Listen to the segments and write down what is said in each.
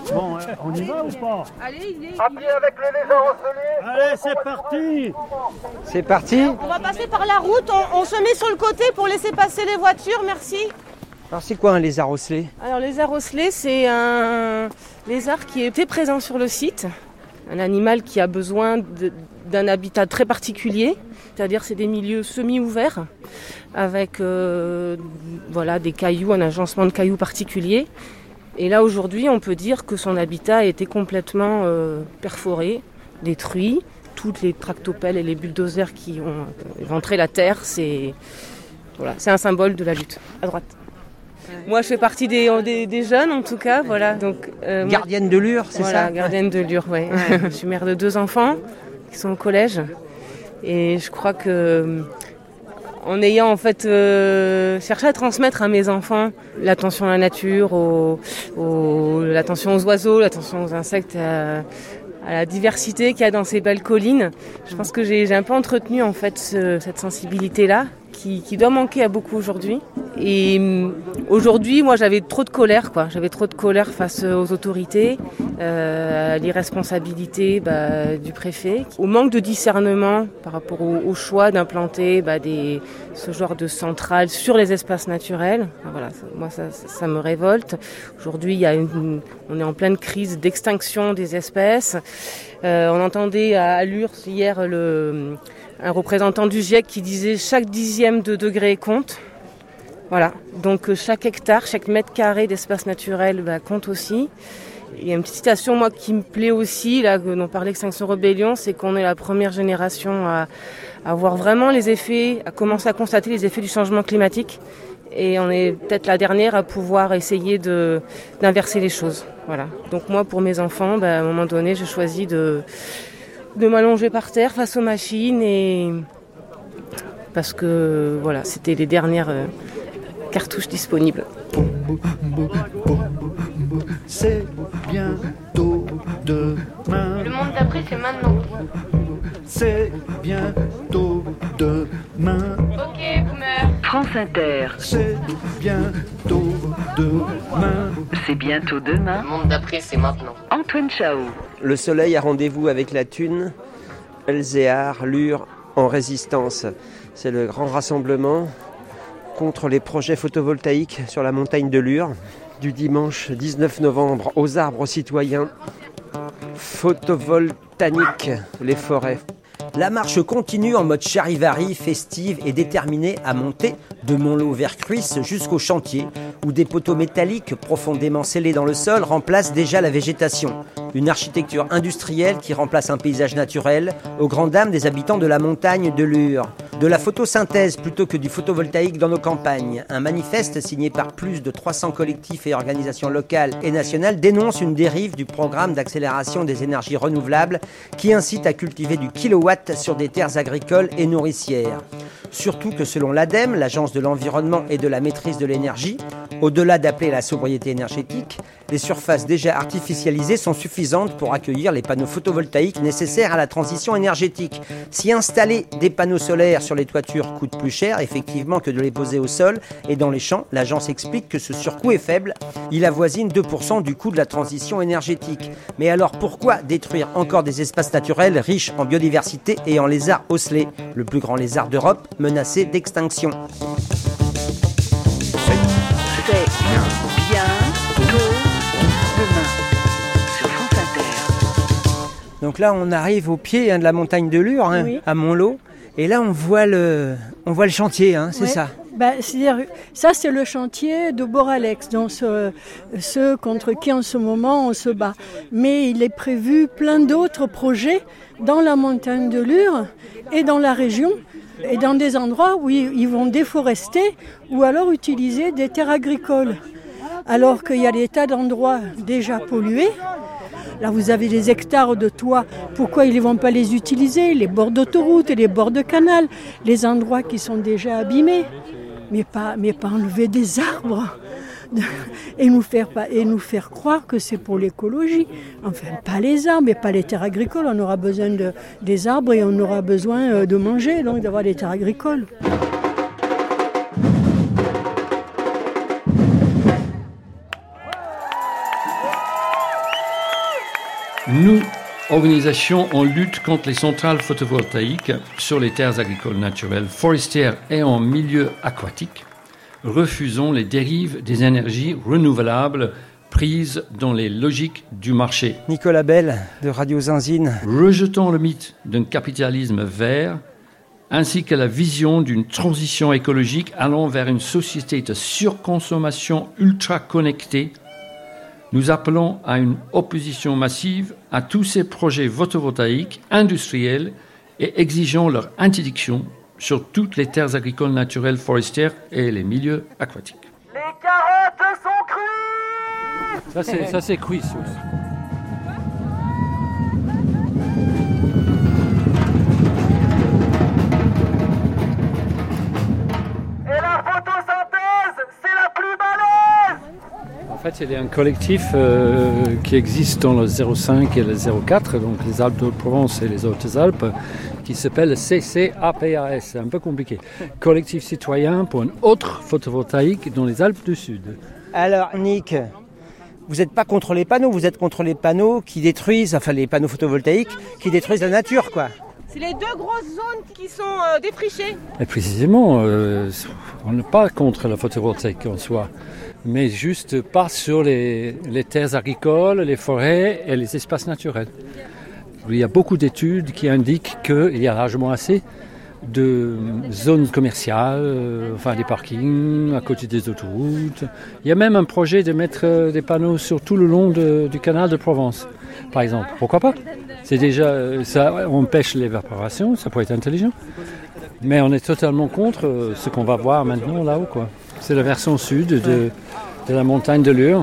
Bon, on y va ou pas? Allez, À pied avec les lézards ocellés. Allez, c'est parti. C'est parti. On va passer par la route, on se met sur le côté pour laisser passer les voitures, merci. Alors c'est quoi un lézard ocellé? Alors les lézard ocellé, c'est un lézard qui était présent sur le site, un animal qui a besoin d'un habitat très particulier, c'est-à-dire c'est des milieux semi-ouverts avec des cailloux, un agencement de cailloux particulier. Et là aujourd'hui on peut dire que son habitat a été complètement perforé, détruit. Toutes les tractopelles et les bulldozers qui ont éventré la terre, c'est un symbole de la lutte. À droite. Moi, je fais partie des jeunes, en tout cas. Voilà. Donc, gardienne de Lure, c'est ça? Gardienne de Lure, oui. Ouais. Je suis mère de 2 enfants qui sont au collège. Et je crois que, en ayant en fait cherché à transmettre à mes enfants l'attention à la nature, l'attention aux oiseaux, l'attention aux insectes, à la diversité qu'il y a dans ces belles collines. Je pense que j'ai un peu entretenu en fait cette sensibilité-là qui doit manquer à beaucoup aujourd'hui. Et aujourd'hui, moi, j'avais trop de colère, quoi. J'avais trop de colère face aux autorités, à l'irresponsabilité du préfet, au manque de discernement par rapport au choix d'implanter ce genre de centrales sur les espaces naturels. Voilà, moi, ça me révolte. Aujourd'hui, on est en pleine crise d'extinction des espèces. On entendait à Lure hier un représentant du GIEC qui disait chaque 10e de degré compte. Voilà, donc chaque hectare, chaque mètre carré d'espace naturel compte aussi. Il y a une petite citation moi qui me plaît aussi, là, dont parlait Extinction Rebellion, c'est qu'on est la première génération à voir vraiment les effets, à commencer à constater les effets du changement climatique. Et on est peut-être la dernière à pouvoir essayer d'inverser les choses. Voilà. Donc moi, pour mes enfants, à un moment donné, j'ai choisi de m'allonger par terre face aux machines parce que voilà, c'était les dernières cartouches disponibles. C'est bientôt demain. Le monde d'après, c'est maintenant. C'est bientôt demain. Ok, boomer. France Inter. C'est bientôt demain. C'est bientôt demain. Le monde d'après, c'est maintenant. Antoine Chao. Le soleil a rendez-vous avec la Thune. Elzéar, Lure en résistance. C'est le grand rassemblement contre les projets photovoltaïques sur la montagne de Lure du dimanche 19 novembre aux arbres citoyens. Photovoltaïque, les forêts. La marche continue en mode charivari, festive et déterminée à monter de Montlot vers Cruisse jusqu'au chantier où des poteaux métalliques profondément scellés dans le sol remplacent déjà la végétation. Une architecture industrielle qui remplace un paysage naturel aux grandes dames des habitants de la montagne de Lure. De la photosynthèse plutôt que du photovoltaïque dans nos campagnes. Un manifeste signé par plus de 300 collectifs et organisations locales et nationales dénonce une dérive du programme d'accélération des énergies renouvelables qui incite à cultiver du kilowatt sur des terres agricoles et nourricières. Surtout que selon l'ADEME, l'Agence de l'environnement et de la maîtrise de l'énergie, au-delà d'appeler à la sobriété énergétique, les surfaces déjà artificialisées sont suffisantes pour accueillir les panneaux photovoltaïques nécessaires à la transition énergétique. Si installer des panneaux solaires sur les toitures coûte plus cher, effectivement, que de les poser au sol et dans les champs, l'agence explique que ce surcoût est faible. Il avoisine 2% du coût de la transition énergétique. Mais alors pourquoi détruire encore des espaces naturels riches en biodiversité et en lézards ocellés, le plus grand lézard d'Europe menacé d'extinction? C'est bientôt demain sur France Inter. Donc là, on arrive au pied de la montagne de Lure, Oui. à Montlot. Et là, on voit le chantier, c'est Ouais. ça. C'est-à-dire, ça c'est le chantier de Boralex, donc ceux contre qui en ce moment on se bat. Mais il est prévu plein d'autres projets dans la montagne de Lure et dans la région, et dans des endroits où ils vont déforester ou alors utiliser des terres agricoles. Alors qu'il y a des tas d'endroits déjà pollués. Là, vous avez des hectares de toits. Pourquoi ils ne vont pas les utiliser? Les bords d'autoroute et les bords de canal, les endroits qui sont déjà abîmés. Mais pas enlever des arbres et nous faire croire que c'est pour l'écologie. Enfin, pas les arbres et pas les terres agricoles. On aura besoin des arbres et on aura besoin de manger, donc d'avoir des terres agricoles. Nous, organisation en lutte contre les centrales photovoltaïques sur les terres agricoles naturelles, forestières et en milieu aquatique, refusons les dérives des énergies renouvelables prises dans les logiques du marché. Nicolas Bell de Radio Zinzine. Rejetons le mythe d'un capitalisme vert ainsi que la vision d'une transition écologique allant vers une société de surconsommation ultra connectée. Nous appelons à une opposition massive à tous ces projets photovoltaïques industriels et exigeons leur interdiction sur toutes les terres agricoles naturelles forestières et les milieux aquatiques. Les carottes sont crues. Ça c'est cuit. Et la photosynthèse, c'est la plus balèze. En fait, il y a un collectif qui existe dans le 05 et le 04, donc les Alpes de Haute-Provence et les Hautes-Alpes, qui s'appelle CCAPAS, c'est un peu compliqué. Collectif citoyen pour une autre photovoltaïque dans les Alpes du Sud. Alors, Nick, vous n'êtes pas contre les panneaux, vous êtes contre les panneaux qui détruisent, enfin les panneaux photovoltaïques qui détruisent la nature, quoi. C'est les deux grosses zones qui sont défrichées. Et précisément, on n'est pas contre la photovoltaïque en soi, mais juste pas sur les terres agricoles, les forêts et les espaces naturels. Il y a beaucoup d'études qui indiquent qu'il y a largement assez de zones commerciales, enfin des parkings à côté des autoroutes. Il y a même un projet de mettre des panneaux sur tout le long du canal de Provence, par exemple. Pourquoi pas ? C'est déjà, ça empêche l'évaporation, ça pourrait être intelligent. Mais on est totalement contre ce qu'on va voir maintenant là-haut, quoi. C'est la version sud de la montagne de Lure.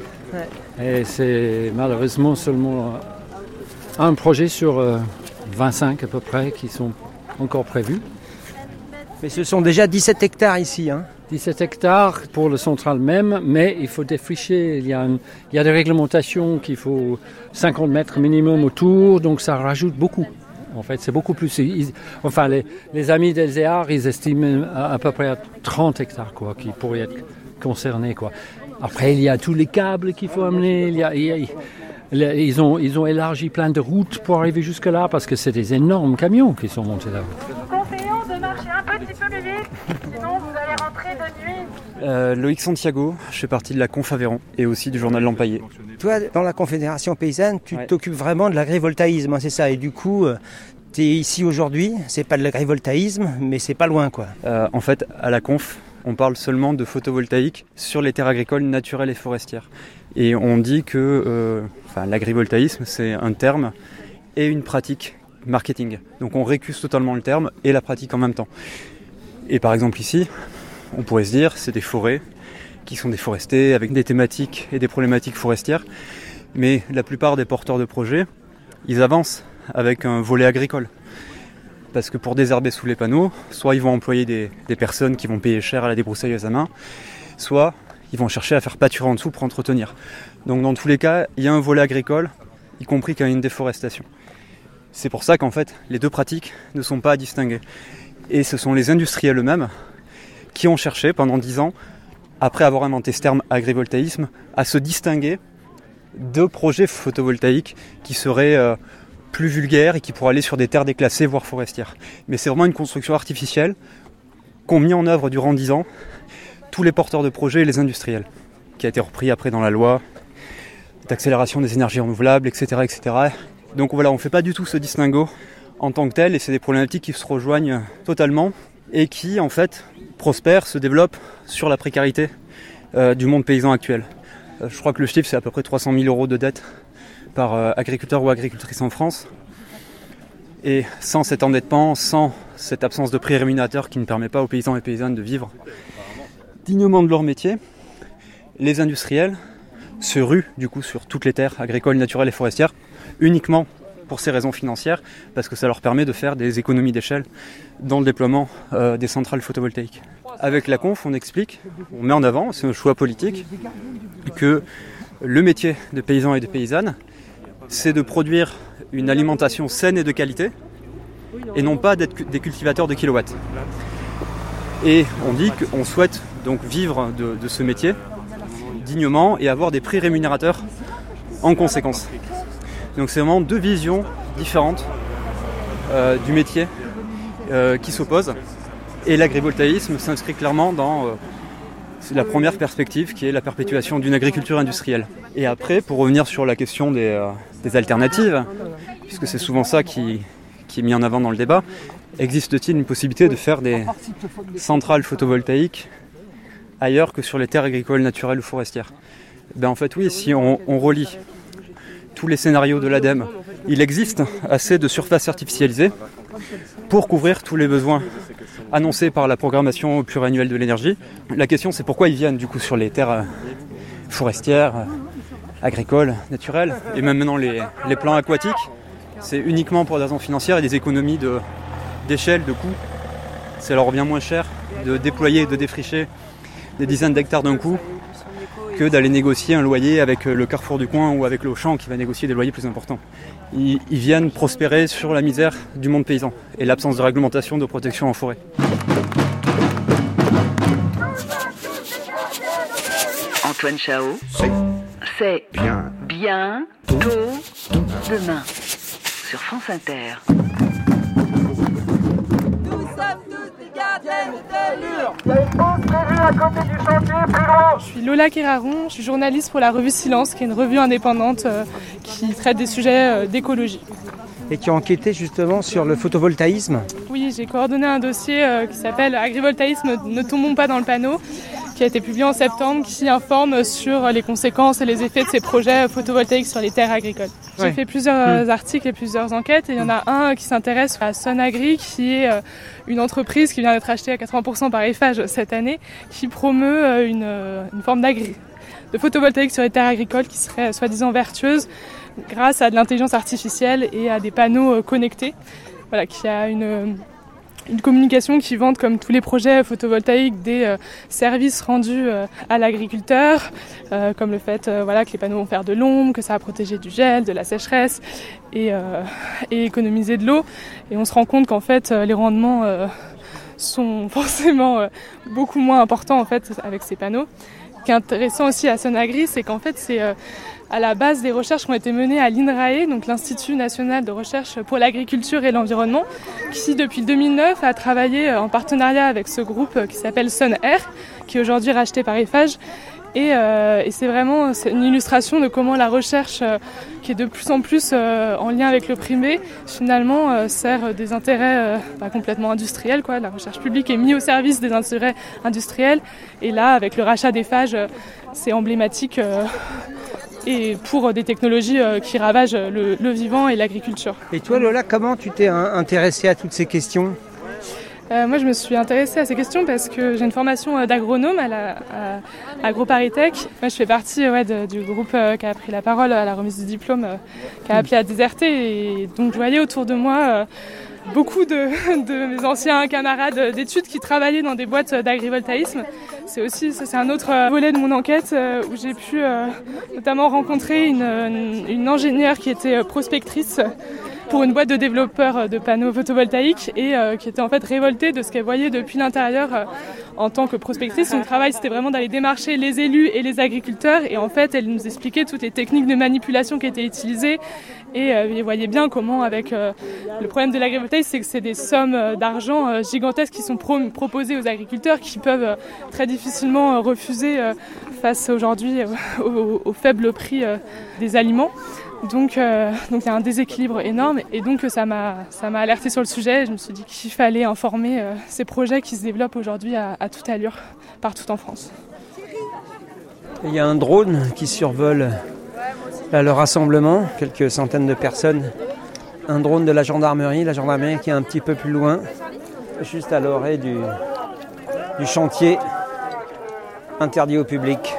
Et c'est malheureusement seulement un projet sur 25 à peu près qui sont encore prévus. Mais ce sont déjà 17 hectares ici, hein. 17 hectares pour le central même, mais il faut défricher. Il y a des réglementations qu'il faut 50 mètres minimum autour, donc ça rajoute beaucoup. En fait, c'est beaucoup plus. Les amis d'Elzéar, ils estiment à peu près à 30 hectares, quoi, qui pourraient être concernés, quoi. Après, il y a tous les câbles qu'il faut amener. Ils ont élargi plein de routes pour arriver jusque-là, parce que c'est des énormes camions qui sont montés là. Nous conseillons de marcher un petit peu plus vite, sinon vous allez rentrer de nuit. Loïc Santiago, je fais partie de la Conf Aveyron et aussi du journal L'Empaillé. Toi, dans la Confédération Paysanne, tu t'occupes vraiment de l'agrivoltaïsme, hein, c'est ça. Et du coup, tu es ici aujourd'hui, c'est pas de l'agrivoltaïsme, mais c'est pas loin, quoi. En fait, à la Conf, on parle seulement de photovoltaïque sur les terres agricoles naturelles et forestières. Et on dit que l'agrivoltaïsme, c'est un terme et une pratique marketing. Donc on récuse totalement le terme et la pratique en même temps. Et par exemple ici, on pourrait se dire c'est des forêts qui sont déforestées avec des thématiques et des problématiques forestières. Mais la plupart des porteurs de projets, ils avancent avec un volet agricole. Parce que pour désherber sous les panneaux, soit ils vont employer des personnes qui vont payer cher à la débroussailleuse à main, soit ils vont chercher à faire pâturer en dessous pour entretenir. Donc dans tous les cas, il y a un volet agricole, y compris quand il y a une déforestation. C'est pour ça qu'en fait, les deux pratiques ne sont pas à distinguer. Et ce sont les industriels eux-mêmes qui ont cherché pendant 10 ans, après avoir inventé ce terme agrivoltaïsme, à se distinguer de projets photovoltaïques qui seraient plus vulgaires et qui pourraient aller sur des terres déclassées, voire forestières. Mais c'est vraiment une construction artificielle qu'ont mis en œuvre durant 10 ans tous les porteurs de projets et les industriels, qui a été repris après dans la loi d'accélération des énergies renouvelables, etc. etc. Donc voilà, on ne fait pas du tout ce distinguo en tant que tel, et c'est des problématiques qui se rejoignent totalement et qui, en fait, prospèrent, se développent sur la précarité du monde paysan actuel. Je crois que le chiffre, c'est à peu près 300 000 € de dette par agriculteur ou agricultrice en France. Et sans cet endettement, sans cette absence de prix rémunérateur qui ne permet pas aux paysans et paysannes de vivre dignement de leur métier, les industriels se ruent du coup sur toutes les terres agricoles, naturelles et forestières, uniquement pour ces raisons financières, parce que ça leur permet de faire des économies d'échelle dans le déploiement des centrales photovoltaïques. Avec la Conf, on explique, on met en avant, c'est un choix politique, que le métier de paysan et de paysanne, c'est de produire une alimentation saine et de qualité, et non pas d'être des cultivateurs de kilowatts. Et on dit qu'on souhaite donc vivre de ce métier dignement et avoir des prix rémunérateurs en conséquence. Donc c'est vraiment deux visions différentes du métier qui s'opposent. Et l'agrivoltaïsme s'inscrit clairement dans la première perspective qui est la perpétuation d'une agriculture industrielle. Et après, pour revenir sur la question des alternatives, puisque c'est souvent ça qui est mis en avant dans le débat, existe-t-il une possibilité de faire des centrales photovoltaïques ailleurs que sur les terres agricoles, naturelles ou forestières ? En fait oui, si on relie tous les scénarios de l'ADEME, il existe assez de surfaces artificialisées pour couvrir tous les besoins annoncés par la programmation pluriannuelle de l'énergie. La question c'est pourquoi ils viennent du coup sur les terres forestières, agricoles, naturelles, et même maintenant les plans aquatiques. C'est uniquement pour des raisons financières et des économies d'échelle, de coûts. Ça leur revient moins cher de déployer, de défricher des dizaines d'hectares d'un coup que d'aller négocier un loyer avec le Carrefour du coin ou avec l'Auchan qui va négocier des loyers plus importants. Ils viennent prospérer sur la misère du monde paysan et l'absence de réglementation de protection en forêt. Antoine Chao, c'est bien tôt demain sur France Inter. Je suis Lola Keraron, je suis journaliste pour la revue Silence, qui est une revue indépendante qui traite des sujets d'écologie. Et qui a enquêté justement sur le photovoltaïsme. Oui, j'ai coordonné un dossier qui s'appelle « Agrivoltaïsme, ne tombons pas dans le panneau », qui a été publié en septembre, qui informe sur les conséquences et les effets de ces projets photovoltaïques sur les terres agricoles. Ouais. J'ai fait plusieurs articles et plusieurs enquêtes, et il y en a un qui s'intéresse à Sonagri, qui est une entreprise qui vient d'être achetée à 80% par Eiffage cette année, qui promeut une forme de photovoltaïque sur les terres agricoles qui serait soi-disant vertueuse grâce à de l'intelligence artificielle et à des panneaux connectés. Voilà, qui a une communication qui vante, comme tous les projets photovoltaïques, des services rendus à l'agriculteur, comme le fait que les panneaux vont faire de l'ombre, que ça va protéger du gel, de la sécheresse et économiser de l'eau. Et on se rend compte qu'en fait les rendements sont forcément beaucoup moins importants en fait avec ces panneaux. Ce qui est intéressant aussi à Sonagri, c'est qu'en fait c'est à la base des recherches qui ont été menées à l'INRAE, donc l'Institut national de recherche pour l'agriculture et l'environnement, qui depuis 2009 a travaillé en partenariat avec ce groupe qui s'appelle SunAir, qui est aujourd'hui racheté par Eiffage. Et c'est vraiment une illustration de comment la recherche, qui est de plus en plus en lien avec le privé, finalement sert des intérêts complètement industriels. La recherche publique est mise au service des intérêts industriels. Et là, avec le rachat d'Eiffage, c'est emblématique et pour des technologies qui ravagent le vivant et l'agriculture. Et toi Lola, comment tu t'es intéressée à toutes ces questions ? Moi, je me suis intéressée à ces questions parce que j'ai une formation d'agronome à AgroParisTech. Moi, je fais partie du groupe qui a pris la parole à la remise du diplôme, qui a appelé à déserter. Et donc, je voyais autour de moi beaucoup de mes anciens camarades d'études qui travaillaient dans des boîtes d'agrivoltaïsme. C'est un autre volet de mon enquête où j'ai pu notamment rencontrer une ingénieure qui était prospectrice pour une boîte de développeurs de panneaux photovoltaïques et qui était en fait révoltée de ce qu'elle voyait depuis l'intérieur en tant que prospectrice. Son travail, c'était vraiment d'aller démarcher les élus et les agriculteurs, et en fait, elle nous expliquait toutes les techniques de manipulation qui étaient utilisées, et elle voyait bien comment, avec le problème de l'agrivoltaïsme, c'est que c'est des sommes d'argent gigantesques qui sont proposées aux agriculteurs, qui peuvent très difficilement refuser face aujourd'hui au faible prix des aliments. Donc il y a un déséquilibre énorme, et donc ça m'a alerté sur le sujet. Je me suis dit qu'il fallait informer ces projets qui se développent aujourd'hui à toute allure partout en France. Il y a un drone qui survole le rassemblement, quelques centaines de personnes. Un drone de la gendarmerie qui est un petit peu plus loin, juste à l'orée du chantier interdit au public.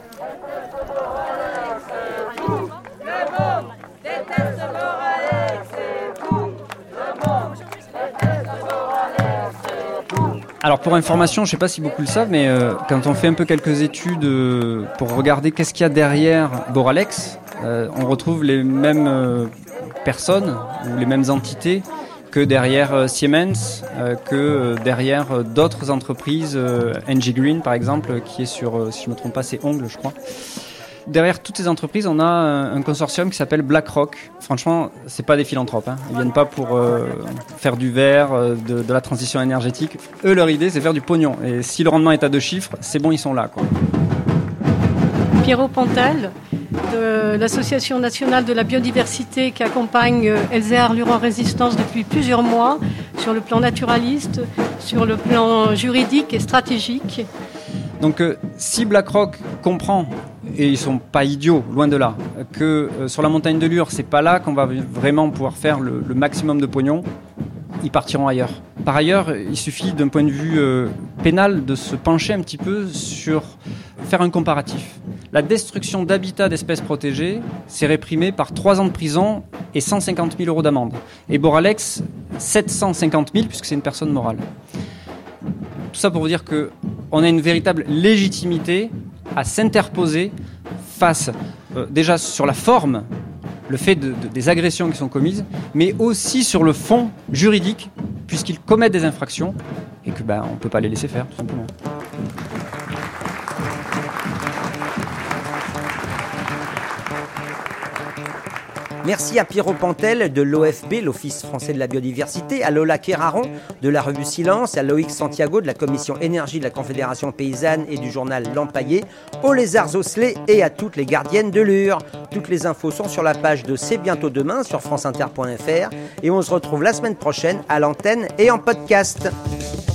Alors pour information, je ne sais pas si beaucoup le savent, mais quand on fait un peu quelques études pour regarder qu'est-ce qu'il y a derrière Boralex, on retrouve les mêmes personnes ou les mêmes entités que derrière Siemens, que derrière d'autres entreprises, NG Green par exemple, qui est sur, si je ne me trompe pas, c'est Ongle je crois. derrière toutes ces entreprises, on a un consortium qui s'appelle BlackRock. Franchement, c'est pas des philanthropes. Ils viennent pas pour faire du vert, de la transition énergétique. Eux, leur idée, c'est faire du pognon. Et si le rendement est à 2 chiffres, c'est bon, ils sont là, quoi. Pierrot Pantel, de l'Association nationale de la biodiversité qui accompagne Elzéar Luron Résistance depuis plusieurs mois sur le plan naturaliste, sur le plan juridique et stratégique. Donc si BlackRock comprend, et ils sont pas idiots, loin de là, que sur la montagne de Lure, c'est pas là qu'on va vraiment pouvoir faire le maximum de pognon, ils partiront ailleurs. Par ailleurs, il suffit d'un point de vue pénal de se pencher un petit peu sur faire un comparatif. La destruction d'habitats d'espèces protégées, c'est réprimé par 3 ans de prison et 150 000 € d'amende. Et Boralex, 750 000 puisque c'est une personne morale. Tout ça pour vous dire qu'on a une véritable légitimité à s'interposer face, déjà sur la forme, le fait des agressions qui sont commises, mais aussi sur le fond juridique, puisqu'ils commettent des infractions et que on ne peut pas les laisser faire, tout simplement. Merci à Pierrot Pantel de l'OFB, l'Office français de la biodiversité, à Lola Keraron de la revue Silence, à Loïc Santiago de la commission énergie de la Confédération paysanne et du journal L'Empaillé, aux lézards osselets et à toutes les gardiennes de Lure. Toutes les infos sont sur la page de C'est bientôt demain sur franceinter.fr et on se retrouve la semaine prochaine à l'antenne et en podcast.